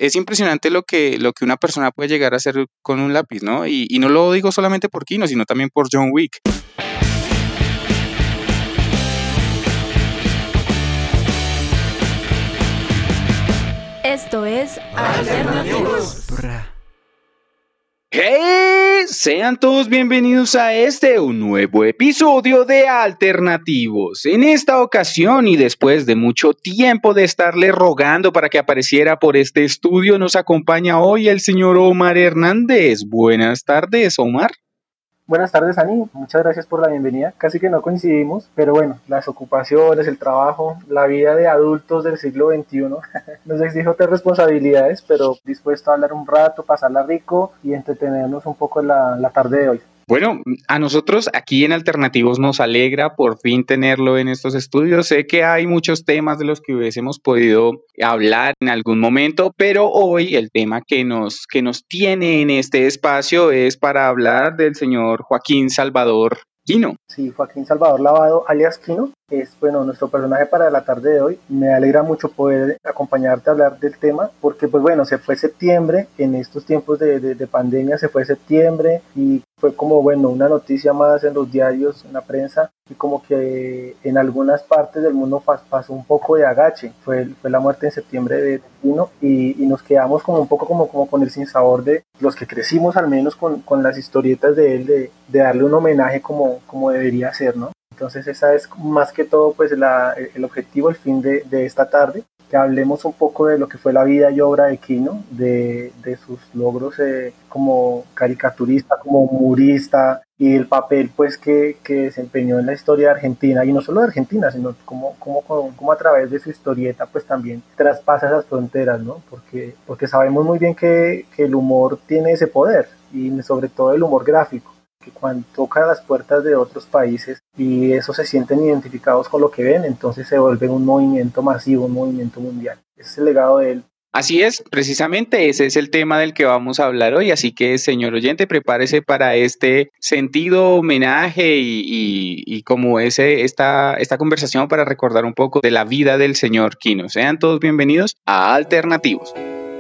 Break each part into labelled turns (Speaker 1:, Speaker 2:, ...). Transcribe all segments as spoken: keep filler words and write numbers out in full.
Speaker 1: es impresionante lo que, lo que una persona puede llegar a hacer con un lápiz, ¿no? Y, y no lo digo solamente por Kino, sino también por John Wick.
Speaker 2: Esto es Alternativos.
Speaker 1: ¡Hey! Sean todos bienvenidos a este un nuevo episodio de Alternativos. En esta ocasión y después de mucho tiempo de estarle rogando para que apareciera por este estudio, nos acompaña hoy el señor Omar Hernández. Buenas tardes, Omar.
Speaker 3: Buenas tardes, Ani. Muchas gracias por la bienvenida. Casi que no coincidimos, pero bueno, las ocupaciones, el trabajo, la vida de adultos del siglo veintiuno nos exige otras responsabilidades, pero dispuesto a hablar un rato, pasarla rico y entretenernos un poco en la, la tarde de hoy.
Speaker 1: Bueno, a nosotros aquí en Alternativos nos alegra por fin tenerlo en estos estudios. Sé que hay muchos temas de los que hubiésemos podido hablar en algún momento, pero hoy el tema que nos, que nos tiene en este espacio es para hablar del señor Joaquín Salvador Kino.
Speaker 3: Sí, Joaquín Salvador Lavado, alias Kino, es bueno nuestro personaje para la tarde de hoy. Me alegra mucho poder acompañarte a hablar del tema, porque pues bueno, se fue septiembre, en estos tiempos de, de, de pandemia se fue septiembre y fue como bueno una noticia más en los diarios, en la prensa, y como que en algunas partes del mundo pasó un poco de agache. Fue, fue la muerte en septiembre de Kino y, y nos quedamos como un poco como, como con el sinsabor de los que crecimos al menos con, con las historietas de él, de, de darle un homenaje como, como debería ser, ¿no? Entonces esa es más que todo pues la, el objetivo, el fin de, de esta tarde, que hablemos un poco de lo que fue la vida y obra de Kino, de, de sus logros eh, como caricaturista, como humorista y el papel pues que, que desempeñó en la historia de Argentina, y no solo de Argentina, sino como, como, como a través de su historieta pues también traspasa esas fronteras, ¿no? Porque, porque sabemos muy bien que, que el humor tiene ese poder, y sobre todo el humor gráfico, que cuando toca las puertas de otros países y esos se sienten identificados con lo que ven, entonces se vuelve un movimiento masivo, un movimiento mundial. Ese es el legado de él.
Speaker 1: Así es, precisamente ese es el tema del que vamos a hablar hoy, así que señor oyente, prepárese para este sentido homenaje y, y, y como ese, esta, esta conversación para recordar un poco de la vida del señor Kino. Sean todos bienvenidos a Alternativos.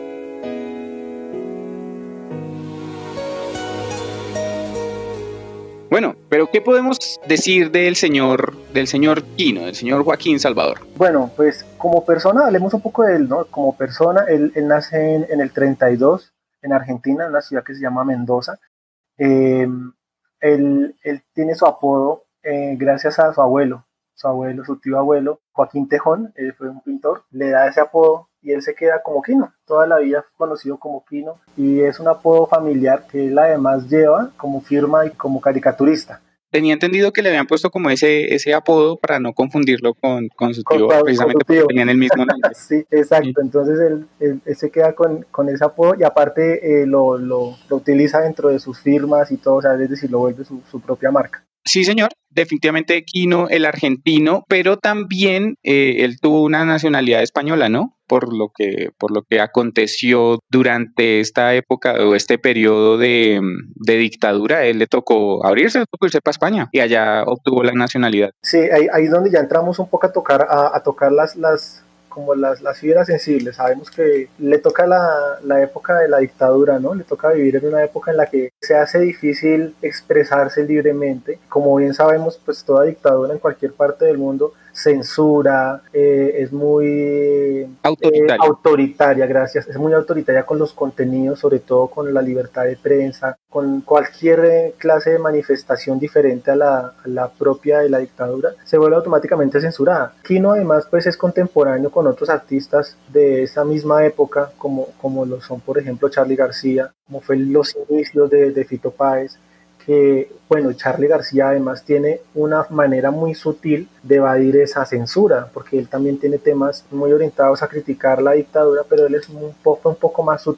Speaker 1: Bueno, pero ¿qué podemos decir del señor, del señor Kino, del señor Joaquín Salvador?
Speaker 3: Bueno, pues como persona, hablemos un poco de él, ¿no? Como persona, él, él nace en, en el treinta y dos, en Argentina, en una ciudad que se llama Mendoza. Eh, él, él tiene su apodo eh, gracias a su abuelo, su abuelo, su tío abuelo, Joaquín Tejón, él fue un pintor, le da ese apodo y él se queda como Kino, toda la vida conocido como Kino, y es un apodo familiar que él además lleva como firma y como caricaturista.
Speaker 1: Tenía entendido que le habían puesto como ese, ese apodo para no confundirlo con, con su tío,
Speaker 3: con,
Speaker 1: precisamente
Speaker 3: con su tío.
Speaker 1: porque tenían el mismo nombre.
Speaker 3: Sí, exacto. Sí. Entonces él, él, él se queda con, con ese apodo y aparte eh, lo, lo, lo utiliza dentro de sus firmas y todo, o sea, es decir, lo vuelve su, su propia marca.
Speaker 1: Sí, señor, definitivamente Kino, el argentino, pero también eh, él tuvo una nacionalidad española, ¿no? Por lo que, por lo que aconteció durante esta época o este periodo de, de dictadura, él le tocó abrirse, le tocó irse para España y allá obtuvo la nacionalidad.
Speaker 3: Sí, ahí, ahí es donde ya entramos un poco a tocar, a, a tocar las, las, como las, las fibras sensibles. Sabemos que le toca la, la época de la dictadura, ¿no? Le toca vivir en una época en la que se hace difícil expresarse libremente. Como bien sabemos, pues toda dictadura en cualquier parte del mundo censura, eh, es muy
Speaker 1: autoritaria.
Speaker 3: Eh, autoritaria, gracias, es muy autoritaria con los contenidos, sobre todo con la libertad de prensa, con cualquier clase de manifestación diferente a la, a la propia de la dictadura, se vuelve automáticamente censurada. Kino además pues es contemporáneo con otros artistas de esa misma época, como, como lo son por ejemplo Charly García, como fue los inicios de, de Fito Páez, que, bueno, Charly García además tiene una manera muy sutil de evadir esa censura, porque él también tiene temas muy orientados a criticar la dictadura, pero él es un poco, un poco más sutil.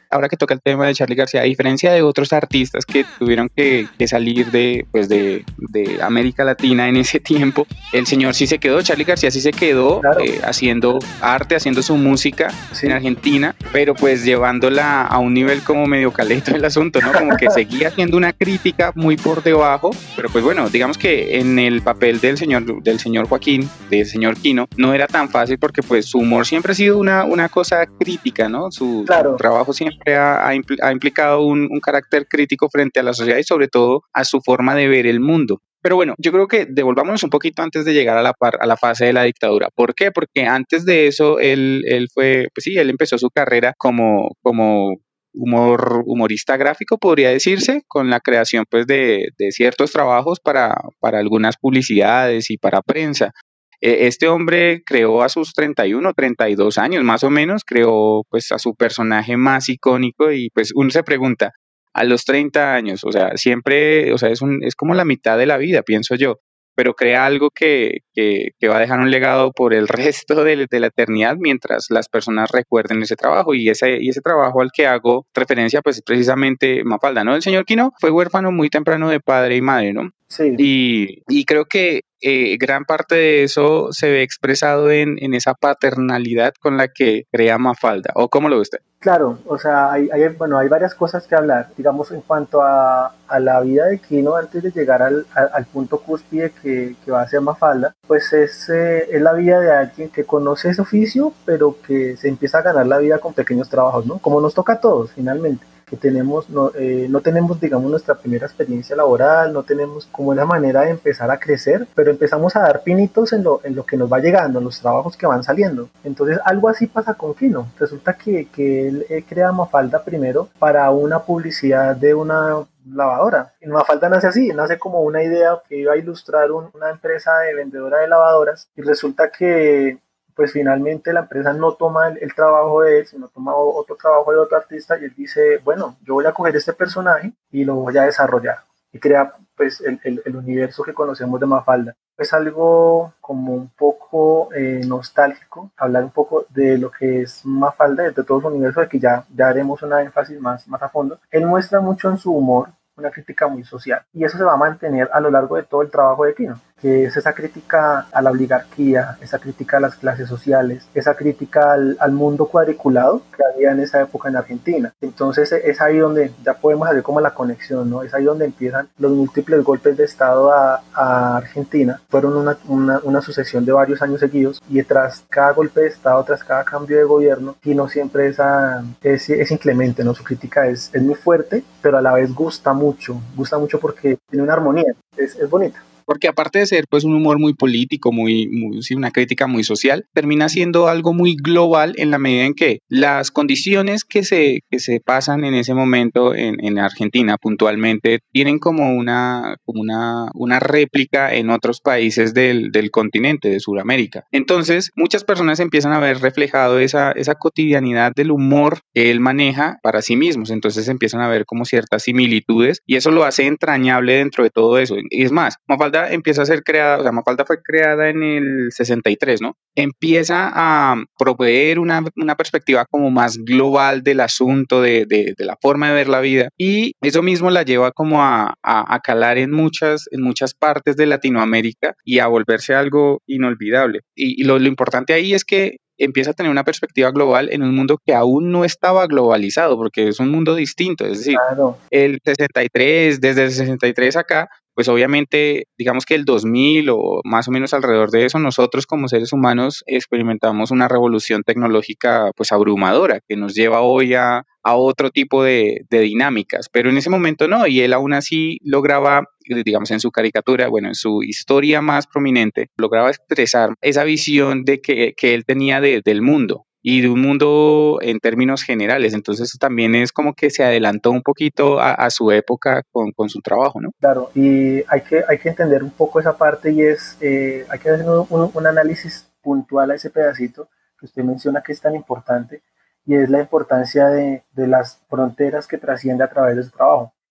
Speaker 1: ahora que toca el tema de Charly García, a diferencia de otros artistas que tuvieron que, que salir de, pues de, de América Latina en ese tiempo, el señor sí se quedó, Charly García sí se quedó
Speaker 3: Claro.
Speaker 1: eh, haciendo arte, haciendo su música
Speaker 3: Sí.
Speaker 1: en Argentina, pero pues llevándola a un nivel como medio caleto el asunto, ¿no? Como que seguía haciendo una crítica muy por debajo, pero pues bueno, digamos que en el papel del señor, del señor Joaquín, del señor Quino, no era tan fácil porque pues su humor siempre ha sido una, una cosa crítica, ¿no? Su,
Speaker 3: Claro.
Speaker 1: su trabajo siempre ha, ha, impl- ha implicado un, un carácter crítico frente a la sociedad y sobre todo a su forma de ver el mundo. Pero bueno, yo creo que devolvámonos un poquito antes de llegar a la, par, a la fase de la dictadura. ¿Por qué? Porque antes de eso, él, él fue, pues sí, él empezó su carrera como, como humor, humorista gráfico, podría decirse, con la creación pues de, de ciertos trabajos para, para algunas publicidades y para prensa. Eh, Este hombre creó a sus treinta y uno, treinta y dos años más o menos, creó pues a su personaje más icónico y pues uno se pregunta, a los treinta años, o sea, siempre, o sea, es, un, es como la mitad de la vida, pienso yo, pero crea algo que, que, que va a dejar un legado por el resto de, de la eternidad mientras las personas recuerden ese trabajo y ese, y ese trabajo al que hago referencia pues es precisamente Mafalda, ¿no? El señor Quino fue huérfano muy temprano de padre y madre, ¿no?
Speaker 3: Sí.
Speaker 1: Y, y creo que eh, gran parte de eso se ve expresado en, en esa paternalidad con la que crea Mafalda. ¿O cómo lo ve usted?
Speaker 3: Claro, o sea, hay, hay, bueno, hay varias cosas que hablar, digamos, en cuanto a, a la vida de Quino antes de llegar al, al, al punto cúspide que, que va a ser Mafalda, pues es, eh, es la vida de alguien que conoce ese oficio, pero que se empieza a ganar la vida con pequeños trabajos, ¿no? Como nos toca a todos, finalmente. Que tenemos, no, eh, no tenemos, digamos, nuestra primera experiencia laboral, no tenemos como la manera de empezar a crecer, pero empezamos a dar pinitos en lo, en lo que nos va llegando, en los trabajos que van saliendo. Entonces, algo así pasa con Quino. Resulta que, que él eh, crea Mafalda primero para una publicidad de una lavadora. Y Mafalda nace así, nace como una idea que iba a ilustrar un, una empresa de vendedora de lavadoras y resulta que pues finalmente la empresa no toma el, el trabajo de él, sino toma otro trabajo de otro artista y él dice, bueno, yo voy a coger este personaje y lo voy a desarrollar y crea pues el, el, el universo que conocemos de Mafalda. Es algo como un poco eh, nostálgico, hablar un poco de lo que es Mafalda, de todo su universo, de que ya, ya haremos una énfasis más, más a fondo. Él muestra mucho en su humor una crítica muy social y eso se va a mantener a lo largo de todo el trabajo de Quino, que es esa crítica a la oligarquía, esa crítica a las clases sociales, esa crítica al, al mundo cuadriculado que había en esa época en Argentina. Entonces es ahí donde ya podemos hacer como la conexión, ¿no? Es ahí donde empiezan los múltiples golpes de Estado a, a Argentina. Fueron una, una, una sucesión de varios años seguidos y tras cada golpe de Estado, tras cada cambio de gobierno, Quino siempre es, a, es, es inclemente, ¿no? Su crítica es, es muy fuerte, pero a la vez gusta mucho, gusta mucho porque tiene una armonía, es, es bonita.
Speaker 1: Porque aparte de ser pues un humor muy político, muy, muy sí, una crítica muy social, termina siendo algo muy global en la medida en que las condiciones que se, que se pasan en ese momento en, en Argentina puntualmente tienen como una, como una, una réplica en otros países del, del continente, de Sudamérica. Entonces, muchas personas empiezan a ver reflejado esa, esa cotidianidad del humor que él maneja para sí mismos. Entonces empiezan a ver como ciertas similitudes y eso lo hace entrañable dentro de todo eso. Y es más, Mafalda empieza a ser creada, o sea, Mafalda fue creada en el sesenta y tres, ¿no? Empieza a proveer una, una perspectiva como más global del asunto, de, de, de la forma de ver la vida, y eso mismo la lleva como a, a, a calar en muchas, en muchas partes de Latinoamérica y a volverse algo inolvidable. Y, y lo, lo importante ahí es que empieza a tener una perspectiva global en un mundo que aún no estaba globalizado, porque es un mundo distinto, es decir,
Speaker 3: Claro.
Speaker 1: el sesenta y tres, desde el sesenta y tres acá, pues obviamente, digamos que el dos mil o más o menos alrededor de eso, nosotros como seres humanos experimentamos una revolución tecnológica pues abrumadora que nos lleva hoy a, a otro tipo de, de dinámicas, pero en ese momento no, y él aún así lograba, digamos en su caricatura, bueno, en su historia más prominente, lograba expresar esa visión de que, que él tenía de, del mundo y de un mundo en términos generales. Entonces también es como que se adelantó un poquito a, a su época con, con su trabajo, ¿no?
Speaker 3: Claro, y hay que, hay que entender un poco esa parte y es, eh, hay que hacer un, un, un análisis puntual a ese pedacito que usted menciona que es tan importante y es la importancia de, de las fronteras que trasciende a través de su trabajo.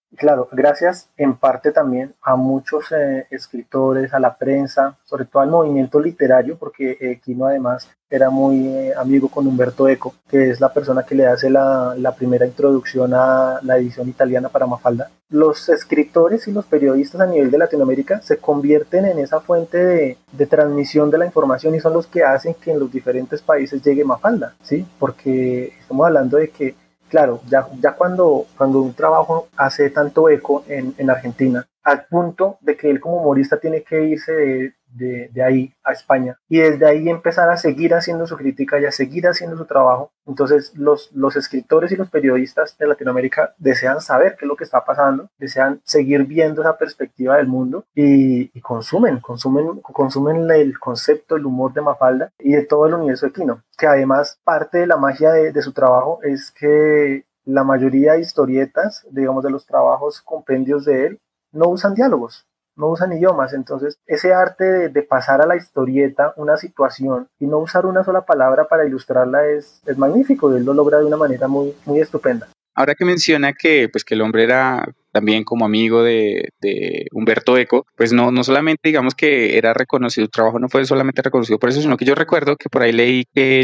Speaker 3: Claro, gracias en parte también a muchos eh, escritores, a la prensa, sobre todo al movimiento literario, porque eh, Quino además era muy eh, amigo con Umberto Eco, que es la persona que le hace la, la primera introducción a la edición italiana para Mafalda. Los escritores y los periodistas a nivel de Latinoamérica se convierten en esa fuente de, de transmisión de la información y son los que hacen que en los diferentes países llegue Mafalda, ¿sí? Porque estamos hablando de que claro, ya, ya cuando, cuando un trabajo hace tanto eco en, en Argentina, al punto de que él como humorista tiene que irse de, de, de ahí a España y desde ahí empezar a seguir haciendo su crítica y a seguir haciendo su trabajo. Entonces los, los escritores y los periodistas de Latinoamérica desean saber qué es lo que está pasando, desean seguir viendo esa perspectiva del mundo y, y consumen, consumen, consumen el concepto, el humor de Mafalda y de todo el universo de Quino, que además parte de la magia de, de su trabajo es que la mayoría de historietas, digamos de los trabajos, compendios de él, no usan diálogos, no usan idiomas. Entonces ese arte de, de pasar a la historieta una situación y no usar una sola palabra para ilustrarla es, es magnífico, él lo logra de una manera muy, muy estupenda.
Speaker 1: Ahora que menciona que, pues, que el hombre era también como amigo de, de Humberto Eco, pues no, no solamente digamos que era reconocido, su trabajo no fue solamente reconocido por eso, sino que yo recuerdo que por ahí leí que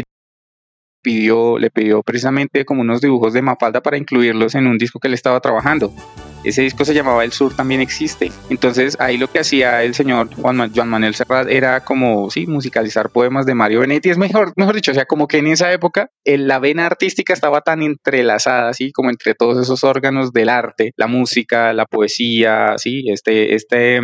Speaker 1: pidió, le pidió precisamente como unos dibujos de Mafalda para incluirlos en un disco que él estaba trabajando. Ese disco se llamaba El Sur También Existe. Entonces ahí lo que hacía el señor Juan, Juan Manuel Serrat era como, sí, musicalizar poemas de Mario Benedetti. Es mejor, mejor dicho, o sea, como que en esa época el, la vena artística estaba tan entrelazada, así como entre todos esos órganos del arte, la música, la poesía, sí, este, este,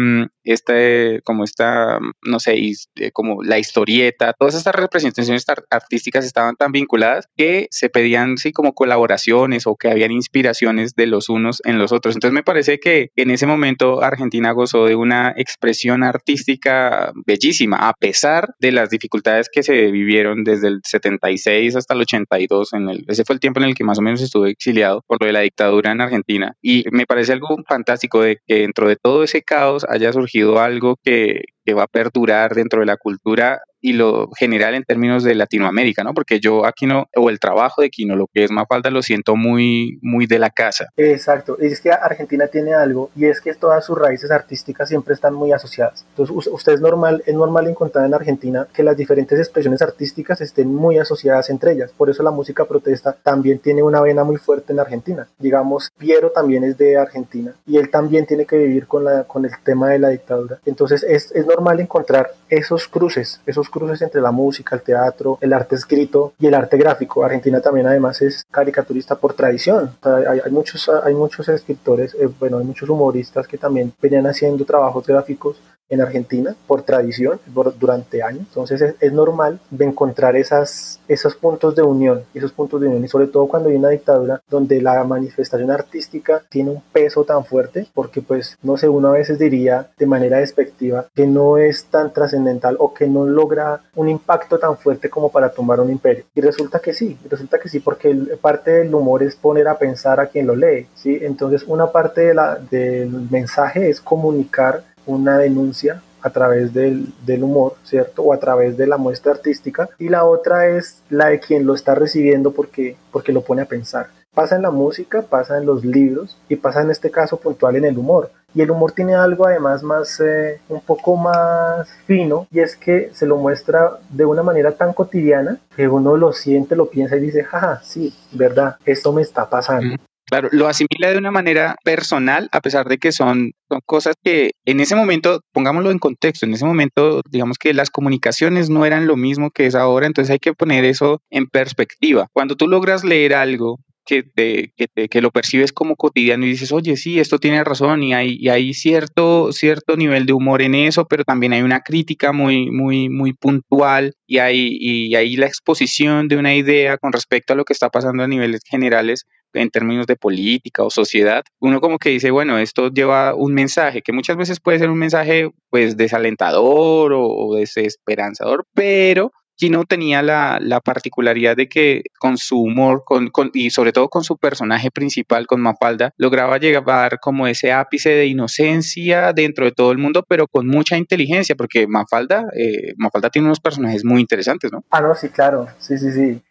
Speaker 1: este, como esta, no sé, como la historieta, todas estas representaciones artísticas estaban tan vinculadas que se pedían, sí, como colaboraciones o que habían inspiraciones de los unos en los otros. Entonces me parece que en ese momento Argentina gozó de una expresión artística bellísima, a pesar de las dificultades que se vivieron desde el setenta y seis hasta el ochenta y dos. En el, ese fue el tiempo en el que más o menos estuve exiliado por lo de la dictadura en Argentina. Y me parece algo fantástico de que dentro de todo ese caos haya surgido algo que, que va a perdurar dentro de la cultura y lo general en términos de Latinoamérica, ¿no? Porque yo aquí no, o el trabajo de Quino, lo que es Mafalda, lo siento muy, muy de la casa.
Speaker 3: Exacto, es que Argentina tiene algo y es que todas sus raíces artísticas siempre están muy asociadas. Entonces, usted es normal, es normal encontrar en Argentina que las diferentes expresiones artísticas estén muy asociadas entre ellas. Por eso la música protesta también tiene una vena muy fuerte en Argentina. Digamos, Piero también es de Argentina y él también tiene que vivir con, la, con el tema de la dictadura. Entonces, es, es normal encontrar esos cruces, esos cruces entre la música, el teatro, el arte escrito y el arte gráfico. Argentina también además es caricaturista por tradición. O sea, hay, hay, muchos, hay muchos escritores, eh, bueno, hay muchos humoristas que también venían haciendo trabajos gráficos en Argentina por tradición por, durante años. Entonces es, es normal de encontrar esas, esos puntos de unión, esos puntos de unión y sobre todo cuando hay una dictadura donde la manifestación artística tiene un peso tan fuerte, porque pues no sé, uno a veces diría de manera despectiva que no es tan trascendental o que no logra un impacto tan fuerte como para tumbar un imperio. Y resulta que sí, resulta que sí, porque el, parte del humor es poner a pensar a quien lo lee, ¿sí? Entonces una parte de la, del mensaje es comunicar una denuncia a través del, del humor, ¿cierto? O a través de la muestra artística, y la otra es la de quien lo está recibiendo porque, porque lo pone a pensar. Pasa en la música, pasa en los libros y pasa en este caso puntual en el humor. Y el humor tiene algo además más, eh, un poco más fino, y es que se lo muestra de una manera tan cotidiana que uno lo siente, lo piensa y dice, jaja, sí, verdad, esto me está pasando.
Speaker 1: Claro, lo asimila de una manera personal, a pesar de que son, son cosas que en ese momento, pongámoslo en contexto, en ese momento, digamos que las comunicaciones no eran lo mismo que es ahora, entonces hay que poner eso en perspectiva. Cuando tú logras leer algo que, te, que, te, que lo percibes como cotidiano y dices, oye, sí, esto tiene razón y hay, y hay cierto, cierto nivel de humor en eso, pero también hay una crítica muy, muy, muy puntual y hay, y hay la exposición de una idea con respecto a lo que está pasando a niveles generales en términos de política o sociedad, uno como que dice, bueno, esto lleva un mensaje, que muchas veces puede ser un mensaje pues desalentador o, o desesperanzador, pero Quino tenía la, la particularidad de que con su humor con, con, y sobre todo con su personaje principal, con Mafalda, lograba llevar como ese ápice de inocencia dentro de todo el mundo, pero con mucha inteligencia, porque Mafalda, eh, Mafalda tiene unos personajes muy interesantes, ¿no?
Speaker 3: Ah, no, sí, claro, sí, sí, sí.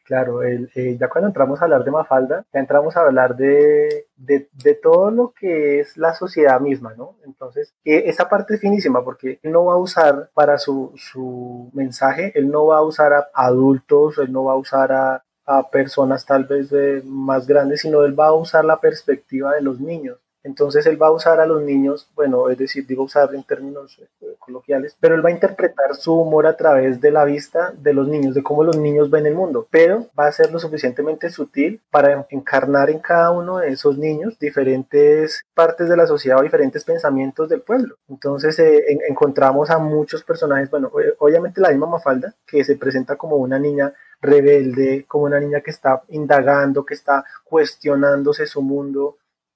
Speaker 3: Claro, el, eh, ya cuando entramos a hablar de Mafalda, ya entramos a hablar de, de, de todo lo que es la sociedad misma, ¿no? Entonces, eh, esa parte es finísima porque él no va a usar para su, su mensaje, él no va a usar a adultos, él no va a usar a, a personas tal vez eh, más grandes, sino él va a usar la perspectiva de los niños. Entonces él va a usar a los niños, bueno, es decir, digo usar en términos eh, coloquiales, pero él va a interpretar su humor a través de la vista de los niños, de cómo los niños ven el mundo, pero va a ser lo suficientemente sutil para encarnar en cada uno de esos niños diferentes partes de la sociedad o diferentes pensamientos del pueblo. Entonces eh, en, encontramos a muchos personajes, bueno, obviamente la misma Mafalda, que se presenta como una niña rebelde, como una niña que está indagando, que está cuestionándose su mundo,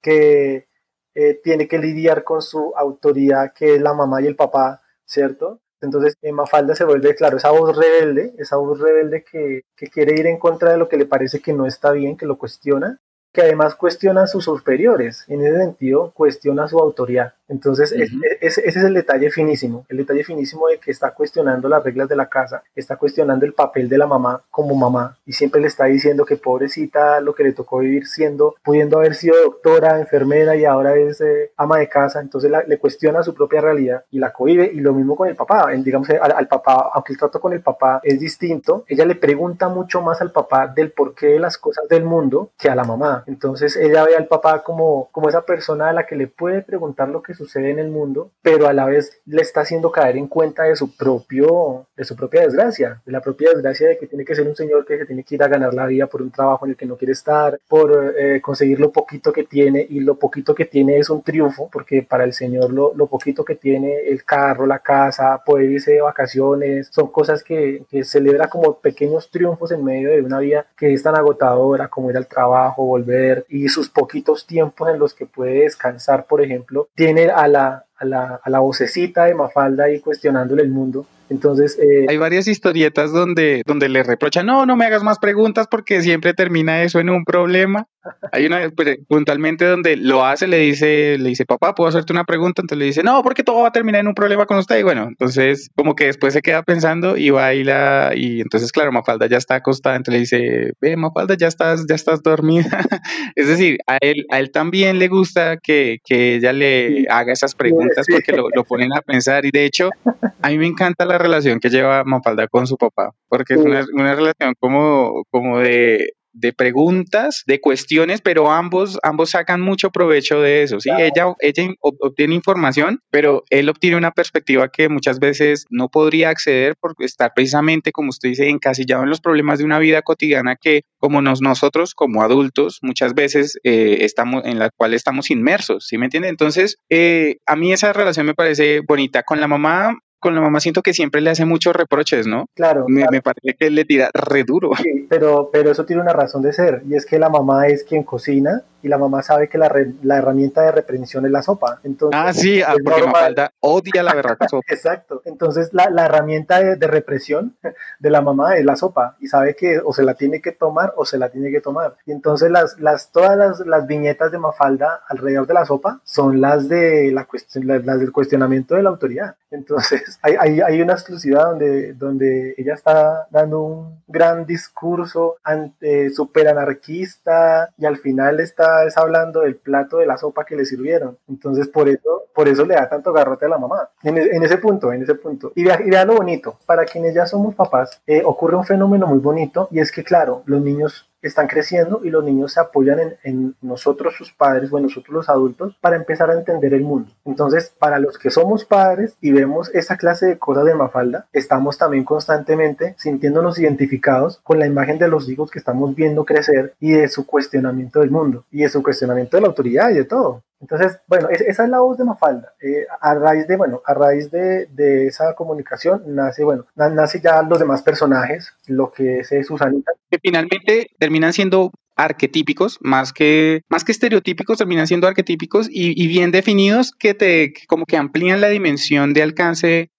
Speaker 3: que Eh, tiene que lidiar con su autoridad, que es la mamá y el papá, ¿cierto? Entonces, eh, Mafalda se vuelve, claro, esa voz rebelde, esa voz rebelde que, que quiere ir en contra de lo que le parece que no está bien, que lo cuestiona, que además cuestiona a sus superiores, en ese sentido, cuestiona su autoridad. Entonces, uh-huh. es, es, ese es el detalle finísimo, el detalle finísimo de que está cuestionando las reglas de la casa, está cuestionando el papel de la mamá como mamá, y siempre le está diciendo que pobrecita lo que le tocó vivir siendo, pudiendo haber sido doctora, enfermera, y ahora es eh, ama de casa. Entonces la, le cuestiona su propia realidad y la cohibe, y lo mismo con el papá. Digamos, al, al papá, aunque el trato con el papá es distinto, ella le pregunta mucho más al papá del porqué de las cosas del mundo que a la mamá. Entonces ella ve al papá como, como esa persona a la que le puede preguntar lo que sucede en el mundo, pero a la vez le está haciendo caer en cuenta de su propio, de su propia desgracia, de la propia desgracia de que tiene que ser un señor que se tiene que ir a ganar la vida por un trabajo en el que no quiere estar, por eh, conseguir lo poquito que tiene, y lo poquito que tiene es un triunfo, porque para el señor lo, lo poquito que tiene, el carro, la casa, poder irse de vacaciones, son cosas que, que celebra como pequeños triunfos en medio de una vida que es tan agotadora como ir al trabajo, volver, y sus poquitos tiempos en los que puede descansar, por ejemplo, tiene a la, a la, a la vocecita de Mafalda ahí cuestionándole el mundo. Entonces, eh,
Speaker 1: hay varias historietas donde, donde le reprochan, no, no me hagas más preguntas porque siempre termina eso en un problema. Hay una pues, puntualmente donde lo hace, le dice, le dice, papá, ¿puedo hacerte una pregunta? Entonces le dice, no, porque todo va a terminar en un problema con usted. Y bueno, entonces como que después se queda pensando y va y la, y entonces claro, Mafalda ya está acostada, entonces le dice, ve, Mafalda, ya estás, ya estás dormida. Es decir, a él, a él también le gusta que, que ella le haga esas preguntas porque lo, lo ponen a pensar, y de hecho, a mí me encanta la relación que lleva Mafalda con su papá, porque es una, una relación como, como de, de preguntas, de cuestiones, pero ambos, ambos sacan mucho provecho de eso, ¿sí? Ella, ella obtiene información, pero él obtiene una perspectiva que muchas veces no podría acceder por estar precisamente, como usted dice, encasillado en los problemas de una vida cotidiana que, como nos, nosotros, como adultos, muchas veces eh, estamos, en la cual estamos inmersos, ¿sí me entiende? Entonces, eh, a mí esa relación me parece bonita. Con la mamá, con la mamá siento que siempre le hace muchos reproches, ¿no?
Speaker 3: Claro.
Speaker 1: Me,
Speaker 3: claro.
Speaker 1: me parece que él le tira re duro.
Speaker 3: Sí, pero, pero eso tiene una razón de ser, y es que la mamá es quien cocina, y la mamá sabe que la, re, la herramienta de reprensión es la sopa. Entonces,
Speaker 1: ah, sí, ah, porque normal. Mafalda odia la berraca sopa.
Speaker 3: Exacto. Entonces, la, la herramienta de, de represión de la mamá es la sopa, y sabe que o se la tiene que tomar o se la tiene que tomar. Y entonces, las, las, todas las, las viñetas de Mafalda alrededor de la sopa son las, de la cuestión, las, las del cuestionamiento de la autoridad. Entonces, hay, hay, hay una exclusividad donde, donde ella está dando un gran discurso ante, super anarquista, y al final está es hablando del plato de la sopa que le sirvieron. Entonces por eso, por eso le da tanto garrote a la mamá en, en ese punto, en ese punto. Y vea, y vea lo bonito, para quienes ya somos papás, eh, ocurre un fenómeno muy bonito, y es que claro, los niños están creciendo y los niños se apoyan en, en nosotros, sus padres, o en nosotros los adultos, para empezar a entender el mundo. Entonces, para los que somos padres y vemos esa clase de cosas de Mafalda, estamos también constantemente sintiéndonos identificados con la imagen de los hijos que estamos viendo crecer, y de su cuestionamiento del mundo, y de su cuestionamiento de la autoridad y de todo. Entonces, bueno, esa es la voz de Mafalda. Eh, a raíz de, bueno, a raíz de, de esa comunicación nace, bueno, nace ya los demás personajes, lo que es Susanita.
Speaker 1: Que finalmente terminan siendo arquetípicos, más que, más que estereotípicos, terminan siendo arquetípicos y, y bien definidos, que te que como que amplían la dimensión de alcance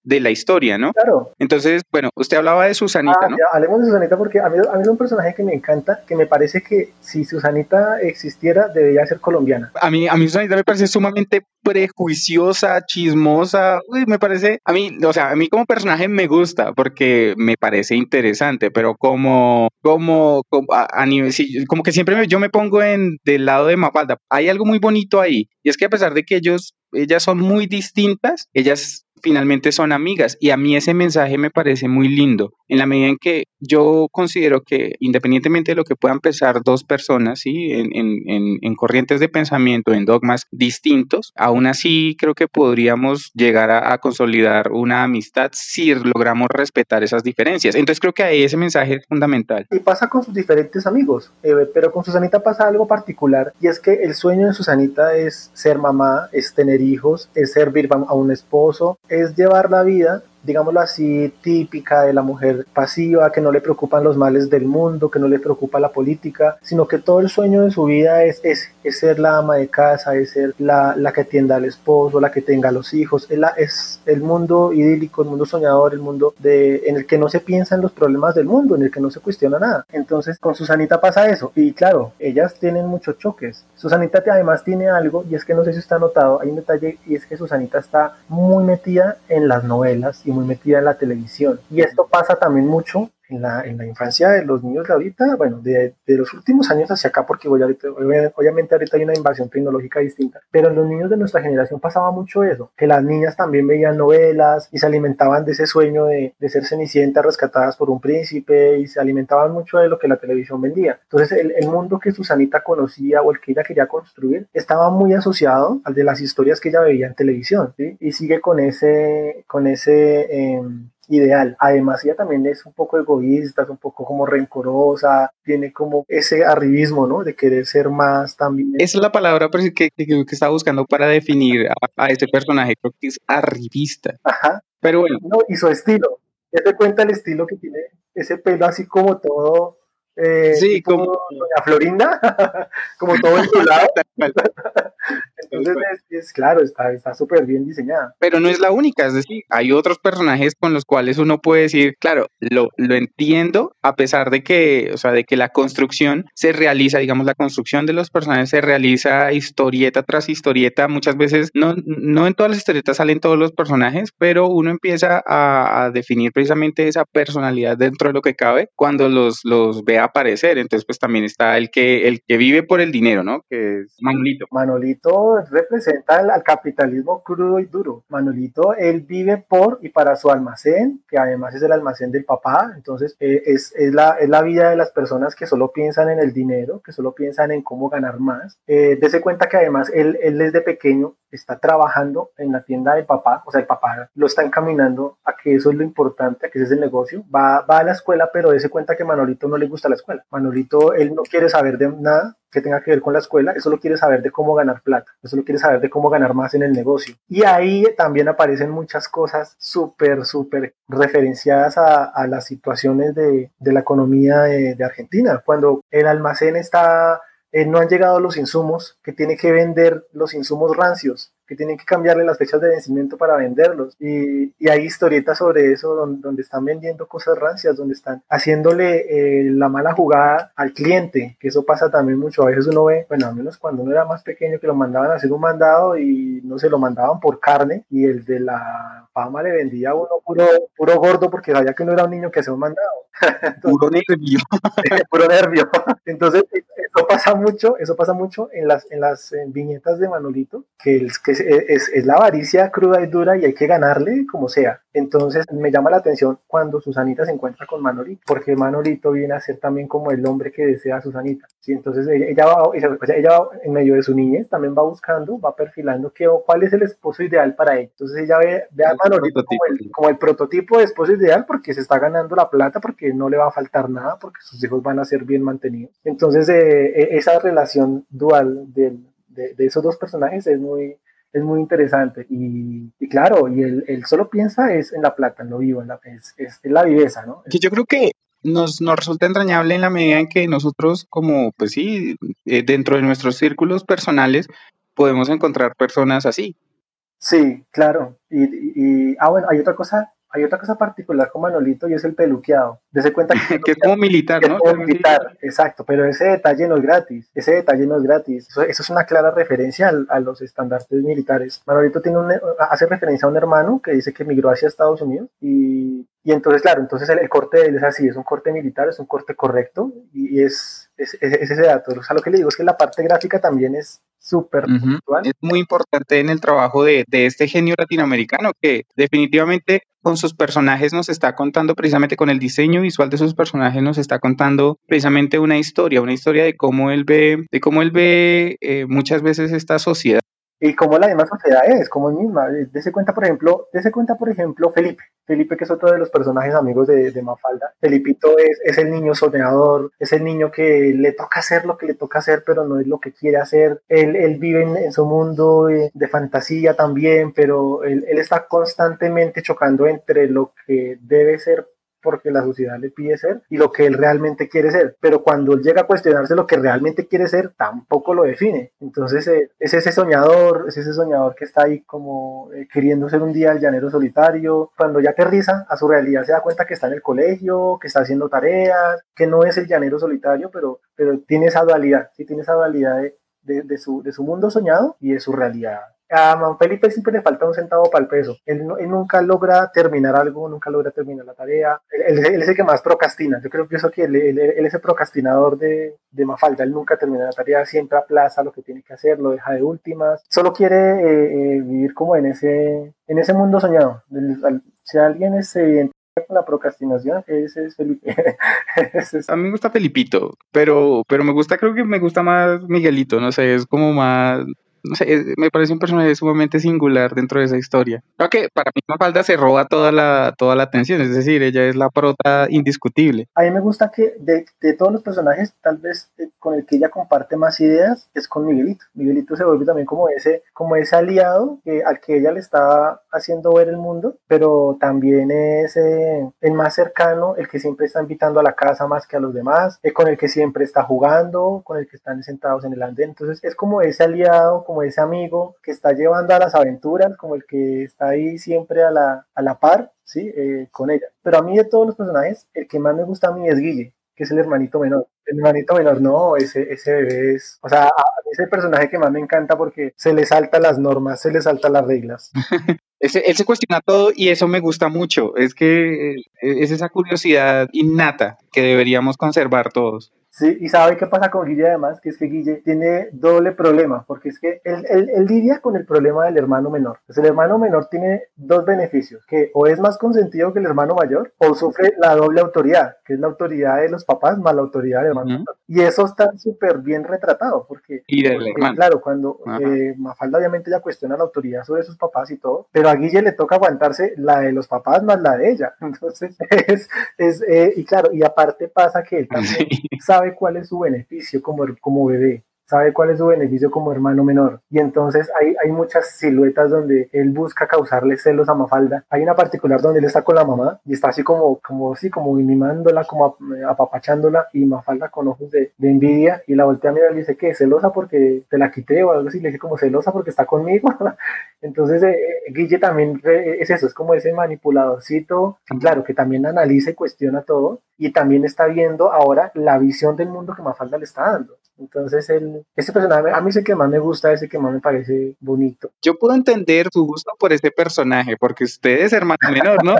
Speaker 1: de la historia, ¿no?
Speaker 3: Claro.
Speaker 1: Entonces, bueno, usted hablaba de Susanita,
Speaker 3: ah,
Speaker 1: ¿no?
Speaker 3: Ya, hablemos de Susanita porque a mí, a mí es un personaje que me encanta, que me parece que si Susanita existiera debería ser colombiana.
Speaker 1: A mí, a mí Susanita me parece sumamente prejuiciosa, chismosa, uy, me parece, a mí, o sea, a mí como personaje me gusta porque me parece interesante, pero como, como, como a, a nivel, sí, como que siempre me- yo me pongo en del lado de Mafalda. Hay algo muy bonito ahí, y es que a pesar de que ellos, ellas son muy distintas, ellas finalmente son amigas, y a mí ese mensaje me parece muy lindo, en la medida en que yo considero que independientemente de lo que puedan pensar dos personas, ¿sí? en, en, en, en corrientes de pensamiento, en dogmas distintos, aún así creo que podríamos llegar a, a consolidar una amistad si logramos respetar esas diferencias. Entonces creo que ahí ese mensaje es fundamental.
Speaker 3: Y pasa con sus diferentes amigos, eh, pero con Susanita pasa algo particular, y es que el sueño de Susanita es ser mamá, es tener hijos, es servir a un esposo, es llevar la vida, digámoslo así, típica de la mujer pasiva, que no le preocupan los males del mundo, que no le preocupa la política, sino que todo el sueño de su vida es, es, es ser la ama de casa, es ser la, la que atienda al esposo, la que tenga los hijos, es, la, es el mundo idílico, el mundo soñador, el mundo de, en el que no se piensa en los problemas del mundo, en el que no se cuestiona nada. Entonces con Susanita pasa eso, y claro, ellas tienen muchos choques. Susanita además tiene algo, y es que no sé si usted ha notado, hay un detalle, y es que Susanita está muy metida en las novelas y muy metida en la televisión, y esto pasa también mucho en la, en la infancia de los niños de ahorita, bueno, de, de los últimos años hacia acá, porque voy ahorita, obviamente ahorita hay una invasión tecnológica distinta, pero en los niños de nuestra generación pasaba mucho eso, que las niñas también veían novelas y se alimentaban de ese sueño de, de ser cenicientas rescatadas por un príncipe, y se alimentaban mucho de lo que la televisión vendía. Entonces el, el mundo que Susanita conocía o el que ella quería construir estaba muy asociado al de las historias que ella veía en televisión, ¿sí? Y sigue con ese, con ese eh, ideal. Además, ella también es un poco egoísta, es un poco como rencorosa, tiene como ese arribismo, ¿no? De querer ser más también.
Speaker 1: Esa es la palabra que, que, que estaba buscando para definir a, a este personaje, creo que es arribista.
Speaker 3: Ajá.
Speaker 1: Pero bueno.
Speaker 3: No, y su estilo. Ya te cuenta el estilo que tiene, ese pelo así como todo, eh,
Speaker 1: Sí,
Speaker 3: tipo
Speaker 1: como
Speaker 3: Doña Florinda, como todo enrolado. Entonces, es, es claro, está está súper bien diseñada.
Speaker 1: Pero no es la única, es decir, hay otros personajes con los cuales uno puede decir, claro, lo, lo entiendo, a pesar de que, o sea, de que la construcción se realiza, digamos, la construcción de los personajes se realiza historieta tras historieta, muchas veces, no, no en todas las historietas salen todos los personajes, pero uno empieza a, a definir precisamente esa personalidad dentro de lo que cabe cuando los, los ve aparecer. Entonces, pues también está el que, el que vive por el dinero, ¿no? Que es Manolito.
Speaker 3: Manolito representa al, al capitalismo crudo y duro. Manolito, él vive por y para su almacén, que además es el almacén del papá. Entonces eh, es, es, la, es la vida de las personas que solo piensan en el dinero, que solo piensan en cómo ganar más. Eh, dese cuenta que además él, él desde pequeño está trabajando en la tienda del papá, o sea, el papá lo está encaminando a que eso es lo importante, a que ese es el negocio. Va, va a la escuela, pero dese cuenta que Manolito no le gusta la escuela. Manolito, él no quiere saber de nada que tenga que ver con la escuela, eso lo quiere saber de cómo ganar plata, eso lo quiere saber de cómo ganar más en el negocio. Y ahí también aparecen muchas cosas súper, súper referenciadas a, a las situaciones de, de la economía de, de Argentina. Cuando el almacén está, eh, no han llegado los insumos, que tiene que vender los insumos rancios, que tienen que cambiarle las fechas de vencimiento para venderlos. Y, y hay historietas sobre eso donde, donde están vendiendo cosas rancias, donde están haciéndole eh, la mala jugada al cliente, que eso pasa también mucho. A veces uno ve, bueno, al menos cuando uno era más pequeño, que lo mandaban a hacer un mandado y no se lo mandaban por carne, y el de la fama le vendía a uno puro, puro gordo porque sabía que uno era un niño que hacía un mandado. Entonces,
Speaker 1: puro nervio.
Speaker 3: puro nervio. Entonces, eso pasa mucho, eso pasa mucho en las, en las en viñetas de Manolito, que, es, que es, es, es la avaricia cruda y dura y hay que ganarle como sea. Entonces me llama la atención cuando Susanita se encuentra con Manolito, porque Manolito viene a ser también como el hombre que desea a Susanita. ¿Sí? Entonces ella, ella, va, ella, ella va, en medio de su niñez, también va buscando, va perfilando que, cuál es el esposo ideal para ella. Entonces ella ve, ve a Manolito como el, como el prototipo de esposo ideal, porque se está ganando la plata, porque no le va a faltar nada, porque sus hijos van a ser bien mantenidos. Entonces eh, esa relación dual de, de, de esos dos personajes es muy... es muy interesante y, y claro, y él, él solo piensa es en la plata, en lo vivo, en la, es, es, es la viveza, ¿no?
Speaker 1: Que yo creo que nos, nos resulta entrañable en la medida en que nosotros como, pues sí, eh, dentro de nuestros círculos personales podemos encontrar personas así,
Speaker 3: Sí, claro. Y, y, y- ah, bueno, hay otra cosa, hay otra cosa particular con Manolito y es el peluqueado. Dese cuenta que
Speaker 1: Que es como militar,
Speaker 3: es
Speaker 1: ¿no?
Speaker 3: como
Speaker 1: Algo así.
Speaker 3: militar, exacto, pero ese detalle no es gratis, ese detalle no es gratis. Eso, eso es una clara referencia al, a los estandartes militares. Manolito tiene un, hace referencia a un hermano que dice que emigró hacia Estados Unidos y, y entonces, claro, entonces el, el corte de él es así, es un corte militar, es un corte correcto y, y es, es, es, es ese dato. O sea, lo que le digo es que la parte gráfica también es súper
Speaker 1: Ujú.
Speaker 3: puntual.
Speaker 1: Es muy importante en el trabajo de, de este genio latinoamericano que definitivamente con sus personajes nos está contando, precisamente con el diseño visual de sus personajes, nos está contando precisamente una historia, una historia de cómo él ve, de cómo él ve eh, muchas veces esta sociedad.
Speaker 3: Y como la misma sociedad es, como es misma. Dese cuenta, por ejemplo, dese cuenta, por ejemplo, Felipe. Felipe, que es otro de los personajes amigos de, de Mafalda. Felipito es, es el niño soñador, es el niño que le toca hacer lo que le toca hacer, pero no es lo que quiere hacer. Él, él vive en, en su mundo de, de fantasía también, pero él, él está constantemente chocando entre lo que debe ser porque la sociedad le pide ser y lo que él realmente quiere ser, pero cuando él llega a cuestionarse lo que realmente quiere ser, tampoco lo define. Entonces eh, es ese soñador, es ese soñador que está ahí como eh, queriendo ser un día el llanero solitario, cuando ya aterriza a su realidad se da cuenta que está en el colegio, que está haciendo tareas, que no es el llanero solitario, pero, pero tiene esa dualidad, sí tiene esa dualidad de, de, de, su, de su mundo soñado y de su realidad. A Man Felipe siempre le falta un centavo para el peso. Él, no- él nunca logra terminar algo, nunca logra terminar la tarea. Él, él- él es el que más procrastina. Yo creo que eso que él, él- él es el procrastinador de, de Mafalda. Él nunca termina la tarea, siempre aplaza lo que tiene que hacer, lo deja de últimas. Solo quiere eh, eh, vivir como en ese, en ese mundo soñado. El- al- si alguien es, se identifica con la procrastinación, ese es Felipe. Ese es-
Speaker 1: A mí me gusta Felipito, pero, pero me gusta, creo que me gusta más Miguelito, no sé, es como más, no sé, es- me parece un personaje sumamente singular dentro de esa historia. Creo que para mí Mafalda se roba toda la, toda la atención, es decir, ella es la prota indiscutible.
Speaker 3: A mí me gusta que de, de todos los personajes, tal vez eh, con el que ella comparte más ideas es con Miguelito. Miguelito se vuelve también como ese, como ese aliado que, al que ella le está haciendo ver el mundo, pero también es eh, el más cercano, el que siempre está invitando a la casa más que a los demás, eh, con el que siempre está jugando, con el que están sentados en el andén. Entonces es como ese aliado, como ese amigo que está llevando a las aventuras, como el que está ahí siempre a la, a la par, ¿sí? Eh, con ella. Pero a mí de todos los personajes, el que más me gusta a mí es Guille, que es el hermanito menor. El hermanito menor, no, ese, ese bebé es, o sea, a, a mí es el personaje que más me encanta porque se le salta las normas, se le salta las reglas.
Speaker 1: Ese- él se cuestiona todo y eso me gusta mucho, es que eh, es esa curiosidad innata que deberíamos conservar todos.
Speaker 3: Sí, y sabe qué pasa con Guille además, que es que Guille tiene doble problema, porque es que él, él, él lidia con el problema del hermano menor. Entonces el hermano menor tiene dos beneficios, que o es más consentido que el hermano mayor, o sufre la doble autoridad, que es la autoridad de los papás más la autoridad del hermano
Speaker 1: Ujú.
Speaker 3: menor. Y eso está súper bien retratado, porque,
Speaker 1: Y del
Speaker 3: porque
Speaker 1: hermano.
Speaker 3: claro, cuando
Speaker 1: Ajá.
Speaker 3: eh, Mafalda obviamente ya cuestiona la autoridad sobre sus papás y todo, pero a Guille le toca aguantarse la de los papás más la de ella. Entonces es, es eh, y claro, y aparte pasa que él también
Speaker 1: Sí.
Speaker 3: sabe cuál es su beneficio como, como bebé, sabe cuál es su beneficio como hermano menor. Y entonces hay, hay muchas siluetas donde él busca causarle celos a Mafalda. Hay una particular donde él está con la mamá y está así como, como, sí, como mimándola, como apapachándola y Mafalda con ojos de, de envidia y la voltea a mirar y le dice, ¿qué? ¿Celosa porque te la quité o algo así? Le dice como celosa porque está conmigo. Entonces eh, Guille también es eso, es como ese manipuladorcito, claro, que también analiza y cuestiona todo y también está viendo ahora la visión del mundo que Mafalda le está dando. Entonces, el, este personaje, a mí es el que más me gusta, ese que más me parece bonito.
Speaker 1: Yo puedo entender su gusto por este personaje, porque usted es hermano menor, ¿no?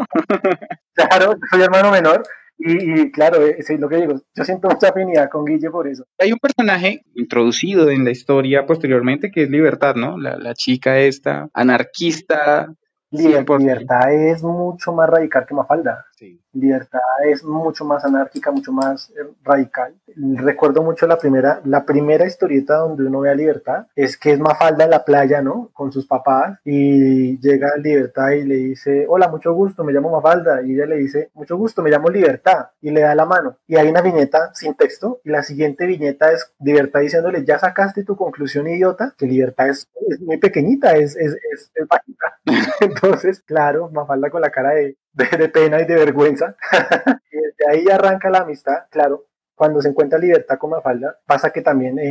Speaker 3: Claro, yo soy hermano menor y, y claro, es lo que digo, yo siento mucha afinidad con Guille por eso.
Speaker 1: Hay un personaje introducido en la historia posteriormente que es Libertad, ¿no? La, la chica esta, anarquista, cien
Speaker 3: Liber,
Speaker 1: por ciento.
Speaker 3: libertad es mucho más radical que Mafalda.
Speaker 1: Sí.
Speaker 3: Libertad es mucho más anárquica, mucho más eh, radical. Recuerdo mucho la primera, la primera historieta donde uno ve a Libertad, es que es Mafalda en la playa, ¿no? Con sus papás y llega Libertad y le dice, hola, mucho gusto, me llamo Mafalda. Y ella le dice, mucho gusto, me llamo Libertad. Y le da la mano. Y hay una viñeta sin texto y la siguiente viñeta es Libertad diciéndole, ya sacaste tu conclusión, idiota, que Libertad es, es muy pequeñita, es, es, es, es bajita. Entonces, claro, Mafalda con la cara de, de, de pena y de vergüenza. Y desde ahí arranca la amistad, claro. Cuando se encuentra Libertad con Mafalda, pasa que también eh,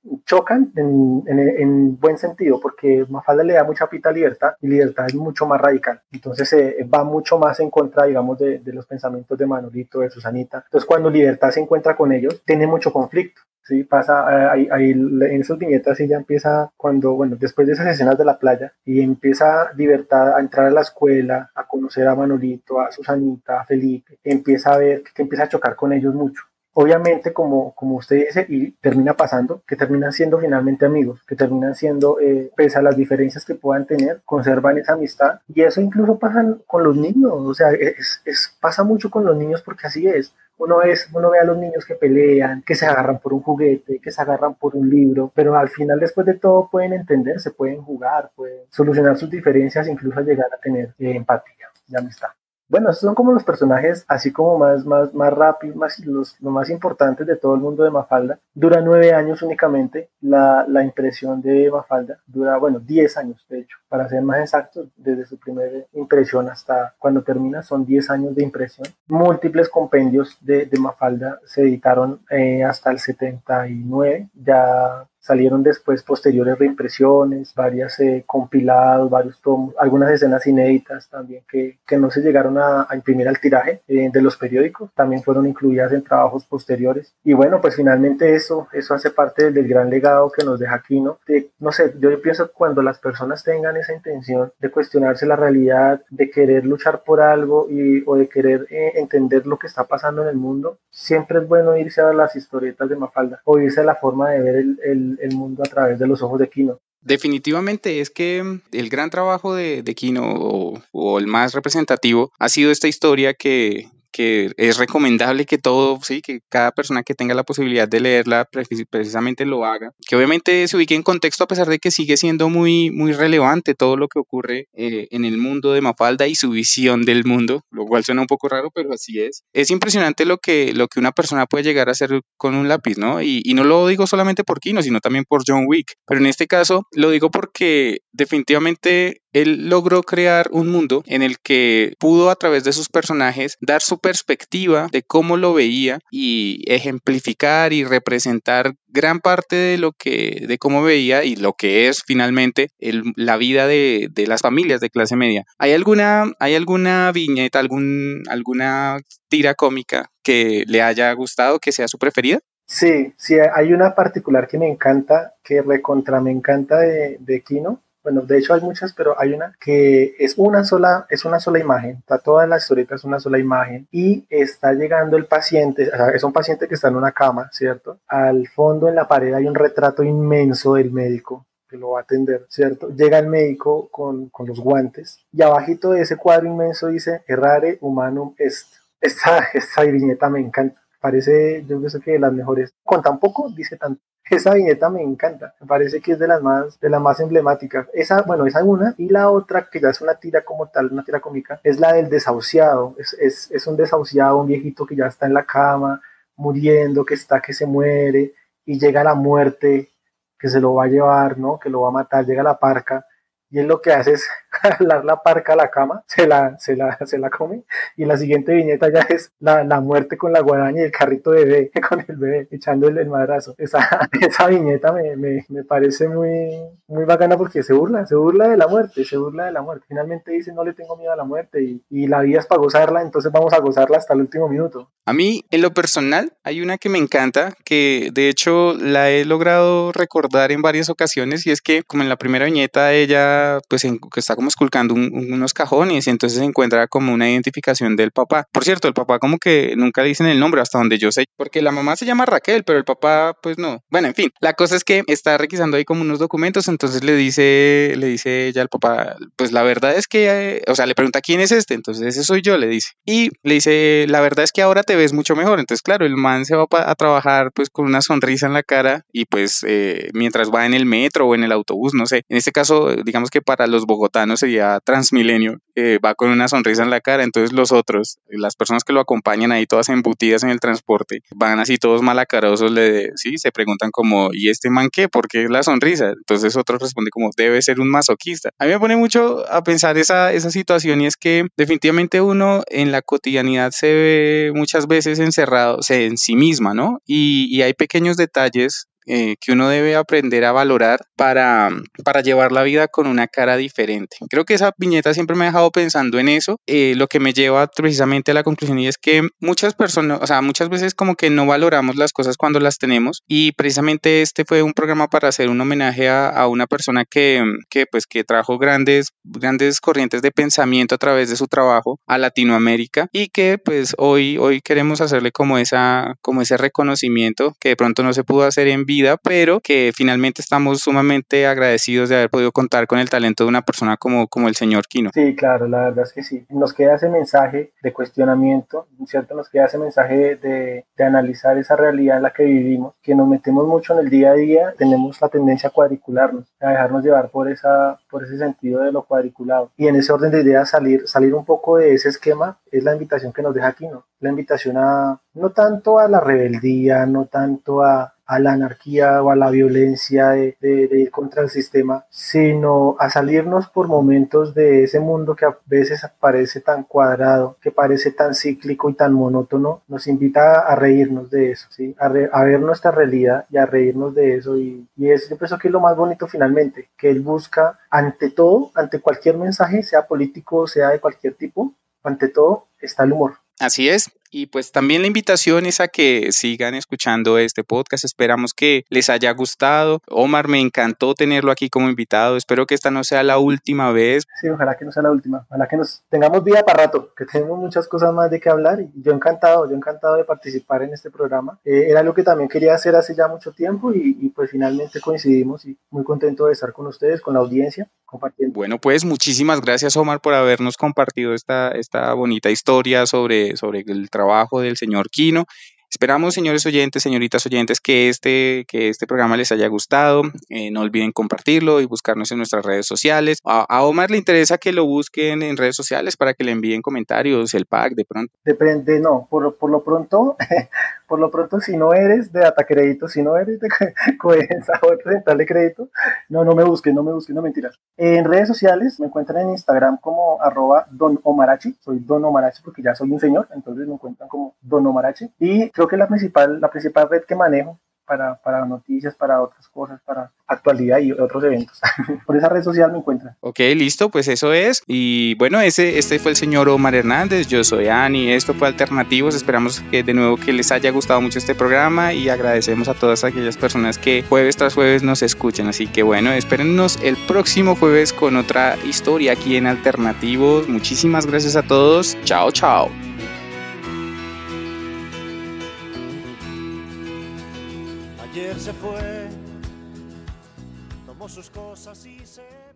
Speaker 3: chocan en, en, en buen sentido, porque Mafalda le da mucha pita a Libertad y Libertad es mucho más radical. Entonces eh, va mucho más en contra, digamos, de, de los pensamientos de Manolito, de Susanita. Entonces cuando Libertad se encuentra con ellos, tiene mucho conflicto. Sí, pasa ahí, ahí en esas viñetas y ya empieza cuando, bueno, después de esas escenas de la playa y empieza Libertad a entrar a la escuela, a conocer a Manolito, a Susanita, a Felipe, empieza a ver que empieza a chocar con ellos mucho. Obviamente, como, como usted dice, y termina pasando, que terminan siendo finalmente amigos, que terminan siendo, eh, pese a las diferencias que puedan tener, conservan esa amistad. Y eso incluso pasa con los niños, o sea, es, es, pasa mucho con los niños porque así es. Uno, es, uno ve a los niños que pelean, que se agarran por un juguete, que se agarran por un libro, pero al final, después de todo, pueden entenderse, pueden jugar, pueden solucionar sus diferencias, incluso llegar a tener eh, empatía y amistad. Bueno, esos son como los personajes así como más, más, más rápidos, más, los, los más importantes de todo el mundo de Mafalda. Dura nueve años únicamente la, la impresión de Mafalda. Dura, bueno, diez años de hecho, para ser más exactos, desde su primera impresión hasta cuando termina son diez años de impresión. Múltiples compendios de, de Mafalda se editaron eh, hasta el setenta y nueve, ya salieron después posteriores reimpresiones, varias eh, compilados, varios tomos, algunas escenas inéditas también que, que no se llegaron a, a imprimir al tiraje eh, de los periódicos, también fueron incluidas en trabajos posteriores. Y bueno, pues finalmente eso, eso hace parte del, del gran legado que nos deja Quino. De, no sé, yo pienso que cuando las personas tengan esa intención de cuestionarse la realidad, de querer luchar por algo y, o de querer eh, entender lo que está pasando en el mundo, siempre es bueno irse a las historietas de Mafalda o irse a la forma de ver el, el el mundo a través de los ojos de Quino.
Speaker 1: Definitivamente es que el gran trabajo de, de Quino o, o el más representativo ha sido esta historia que, que es recomendable que todo, sí, que cada persona que tenga la posibilidad de leerla precisamente lo haga, que obviamente se ubique en contexto a pesar de que sigue siendo muy, muy relevante todo lo que ocurre eh, en el mundo de Mafalda y su visión del mundo, lo cual suena un poco raro, pero así es. Es impresionante lo que, lo que una persona puede llegar a hacer con un lápiz, ¿no? Y, y no lo digo solamente por Quino, sino también por John Wick, pero en este caso lo digo porque definitivamente él logró crear un mundo en el que pudo a través de sus personajes dar su perspectiva de cómo lo veía y ejemplificar y representar gran parte de lo que, de cómo veía y lo que es finalmente el, la vida de, de las familias de clase media. ¿Hay alguna, hay alguna viñeta, algún, alguna tira cómica que le haya gustado, que sea su preferida?
Speaker 3: Sí, sí, hay una particular que me encanta, que recontra me encanta de, de Quino. Bueno, de hecho hay muchas, pero hay una que es una sola, es una sola imagen. Está toda la historieta, es una sola imagen. Y está llegando el paciente, o sea, es un paciente que está en una cama, ¿cierto? Al fondo en la pared hay un retrato inmenso del médico que lo va a atender, ¿cierto? Llega el médico con, con los guantes y abajito de ese cuadro inmenso dice Errare humanum est. Esta, esta viñeta me encanta. Parece, yo pienso que de las mejores. Con tan poco dice tanto. Esa viñeta me encanta, me parece que es de las más, de las más emblemáticas. Esa, bueno, esa una, y la otra, que ya es una tira como tal, una tira cómica, es la del desahuciado. Es, es, es un desahuciado, un viejito que ya está en la cama, muriendo, que está, que se muere, y llega la muerte, que se lo va a llevar, ¿no? Que lo va a matar, llega la parca, y él lo que hace es jalar la parca a la cama, se la, se la, se la come, y la siguiente viñeta ya es la, la muerte con la guadaña y el carrito de bebé, con el bebé, echándole el madrazo. Esa, esa viñeta me, me, me parece muy, muy bacana porque se burla, se burla de la muerte, se burla de la muerte. Finalmente dice, no le tengo miedo a la muerte, y, y la vida es para gozarla, entonces vamos a gozarla hasta el último minuto.
Speaker 1: A mí, en lo personal, hay una que me encanta, que de hecho la he logrado recordar en varias ocasiones, y es que como en la primera viñeta ella pues en, que está como esculcando un, unos cajones y entonces se encuentra como una identificación del papá. Por cierto, el papá como que nunca le dicen el nombre hasta donde yo sé, porque la mamá se llama Raquel, pero el papá pues no. Bueno, en fin, la cosa es que está requisando ahí como unos documentos, entonces le dice, le dice ella al papá, pues la verdad es que, eh, o sea, le pregunta quién es este, entonces ese soy yo, le dice. Y le dice, la verdad es que ahora te ves mucho mejor. Entonces, claro, el man se va a trabajar pues con una sonrisa en la cara y pues eh, mientras va en el metro o en el autobús, no sé. En este caso, digamos que para los bogotanos sería Transmilenio, eh, va con una sonrisa en la cara. Entonces los otros, las personas que lo acompañan ahí todas embutidas en el transporte, van así todos malacarosos, le, sí, se preguntan como, ¿y este man qué? ¿Por qué la sonrisa? Entonces otro responde como, debe ser un masoquista. A mí me pone mucho a pensar esa, esa situación, y es que definitivamente uno en la cotidianidad se ve muchas veces encerrado en sí misma, ¿no? Y, y hay pequeños detalles eh, que uno debe aprender a valorar para, para llevar la vida con una cara diferente. Creo que esa viñeta siempre me ha dejado pensando en eso, eh, lo que me lleva precisamente a la conclusión, y es que muchas personas, o sea, muchas veces como que no valoramos las cosas cuando las tenemos, y precisamente este fue un programa para hacer un homenaje a, a una persona que, que, pues, que trajo grandes, grandes corrientes de pensamiento a través de su trabajo a Latinoamérica, y que pues hoy, hoy queremos hacerle como, esa, como ese reconocimiento que de pronto no se pudo hacer en vida, pero que finalmente estamos sumamente agradecidos de haber podido contar con el talento de una persona como, como el señor Quino.
Speaker 3: Sí, claro, la verdad es que sí. Nos queda ese mensaje de cuestionamiento, ¿cierto? Nos queda ese mensaje de, de analizar esa realidad en la que vivimos, que nos metemos mucho en el día a día, tenemos la tendencia a cuadricularnos, a dejarnos llevar por, esa, por ese sentido de lo cuadriculado. Y en ese orden de ideas salir, salir un poco de ese esquema es la invitación que nos deja Quino. La invitación a, no tanto a la rebeldía, no tanto a a la anarquía o a la violencia de, de, de ir contra el sistema, sino a salirnos por momentos de ese mundo que a veces parece tan cuadrado, que parece tan cíclico y tan monótono. Nos invita a reírnos de eso, ¿sí? a, re, a ver nuestra realidad y a reírnos de eso, y, y es, yo pienso que es lo más bonito finalmente, que él busca ante todo, ante cualquier mensaje, sea político, sea de cualquier tipo, ante todo está el humor.
Speaker 1: Así es. Y pues también la invitación es a que sigan escuchando este podcast. Esperamos que les haya gustado. Omar, me encantó tenerlo aquí como invitado. Espero que esta no sea la última vez.
Speaker 3: Sí, ojalá que no sea la última. Ojalá que nos tengamos vida para rato, que tenemos muchas cosas más de qué hablar. Y yo encantado, yo encantado de participar en este programa. Eh, era algo que también quería hacer hace ya mucho tiempo y, y pues finalmente coincidimos, y muy contento de estar con ustedes, con la audiencia, compartiendo.
Speaker 1: Bueno, pues muchísimas gracias, Omar, por habernos compartido esta, esta bonita historia sobre, sobre el trabajo del señor Quino. Esperamos, señores oyentes, señoritas oyentes, que este, que este programa les haya gustado. Eh, no olviden compartirlo y buscarnos en nuestras redes sociales. A, a Omar le interesa que lo busquen en redes sociales para que le envíen comentarios, el pack de pronto.
Speaker 3: Depende, no, por, por lo pronto, por lo pronto, si no eres de Data Crédito, si no eres de Codensa o de Central de Crédito, no, no me busquen, no me busquen, no mentiras. En redes sociales me encuentran en Instagram como arroba Don Omarachi, soy Don Omarachi porque ya soy un señor, entonces me encuentran como Don Omarachi, y creo que la principal, la principal red que manejo para, para noticias, para otras cosas, para actualidad y otros eventos. Por esa red social me encuentran.
Speaker 1: Ok, listo, pues eso es. Y bueno, ese, este fue el señor Omar Hernández, yo soy Ani, esto fue Alternativos. Esperamos que de nuevo que les haya gustado mucho este programa, y agradecemos a todas aquellas personas que jueves tras jueves nos escuchan. Así que bueno, espérennos el próximo jueves con otra historia aquí en Alternativos. Muchísimas gracias a todos. Chao, chao.
Speaker 2: Ayer se fue, tomó sus cosas y se...